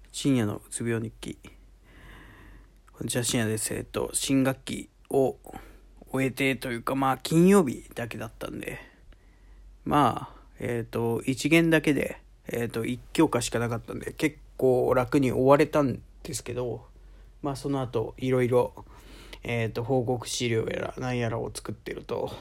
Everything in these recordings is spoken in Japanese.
深夜のうつ病日記。こんにちは、深夜です。新学期を終えてというか、金曜日だけだったんで、一限だけで、1教科しかなかったんで、結構楽に終われたんですけど、その後、いろいろ、報告資料やら何やらを作ってると、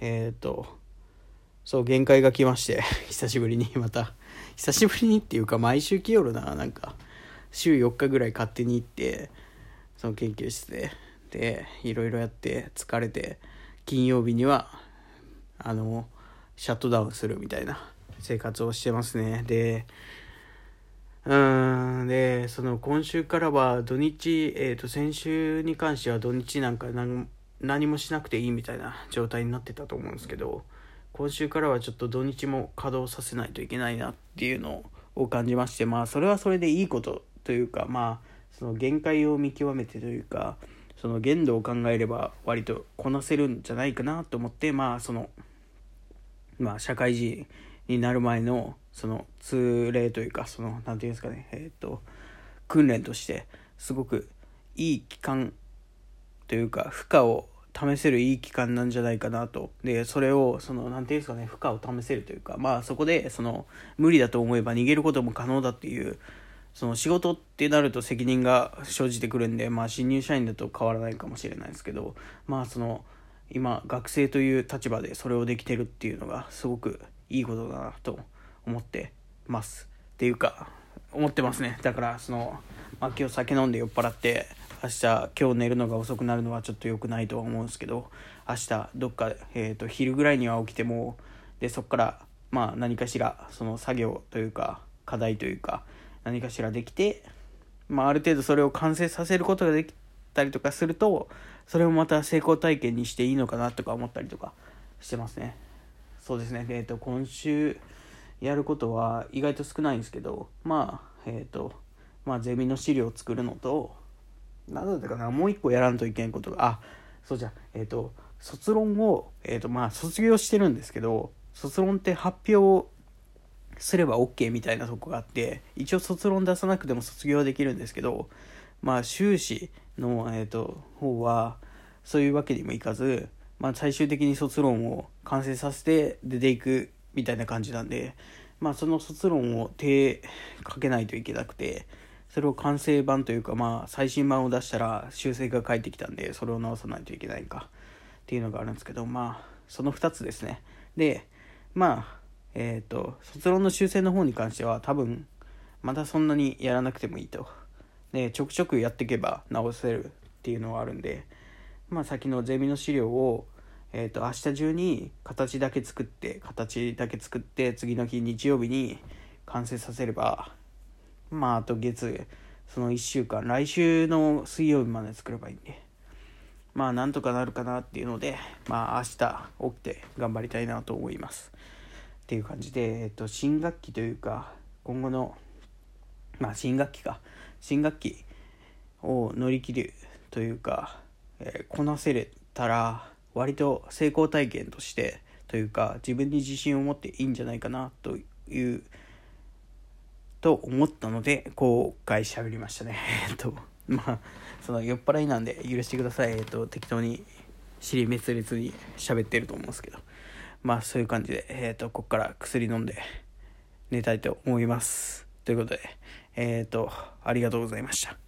そう、限界が来まして、久しぶりにっていうか、毎週来よるな、週4日ぐらい勝手に行って、その研究室でいろいろやって疲れて、金曜日には、シャットダウンするみたいな生活をしてますね。で、その今週からは土日、先週に関しては土日何もしなくていいみたいな状態になってたと思うんですけど、今週からはちょっと土日も稼働させないといけないなっていうのを感じまして、それはそれでいいことというか、その限界を見極めてというか、その限度を考えれば割とこなせるんじゃないかなと思って、社会人になる前のその通例というか、そのなんていうんですかね、訓練としてすごくいい期間というか、負荷を試せるいい期間なんじゃないかなと。で、それをなんていうんですかね、負荷を試せるというか、そこで無理だと思えば逃げることも可能だっていう、その仕事ってなると責任が生じてくるんで、新入社員だと変わらないかもしれないですけど、今学生という立場でそれをできてるっていうのがすごくいいことだなと思ってますっていうか思ってますね。だから今日酒飲んで酔っ払って今日寝るのが遅くなるのはちょっと良くないとは思うんですけど、明日どっか、昼ぐらいには起きても、でそこから何かしらその作業というか課題というか何かしらできて、ある程度それを完成させることができたりとかすると、それをまた成功体験にしていいのかなとか思ったりとかしてますね。そうですね。今週やることは意外と少ないんですけど、ゼミの資料を作るのと、何だったかな、もう一個やらんといけんことが、卒論を、卒業してるんですけど、卒論って発表すれば OK みたいなとこがあって、一応卒論出さなくても卒業はできるんですけど、修士の、方はそういうわけにもいかず、最終的に卒論を完成させて出ていくみたいな感じなんで、その卒論を手かけないといけなくて、それを完成版というか、最新版を出したら修正が返ってきたんで、それを直さないといけないかっていうのがあるんですけど、その2つですね。で、卒論の修正の方に関しては多分またそんなにやらなくてもいいと。で、ちょくちょくやっていけば直せるっていうのがあるんで、先のゼミの資料を明日中に形だけ作って次の日日曜日に完成させれば、あとその1週間、来週の水曜日まで作ればいいんで、なんとかなるかなっていうので、明日起きて頑張りたいなと思いますっていう感じで、新学期というか今後の新学期を乗り切るというか、こなせれたら割と成功体験としてというか、自分に自信を持っていいんじゃないかなと思ったので今回喋りましたね。その酔っ払いなんで許してください。適当に尻滅裂に喋ってると思うんですけど、そういう感じでここから薬飲んで寝たいと思いますということで、ありがとうございました。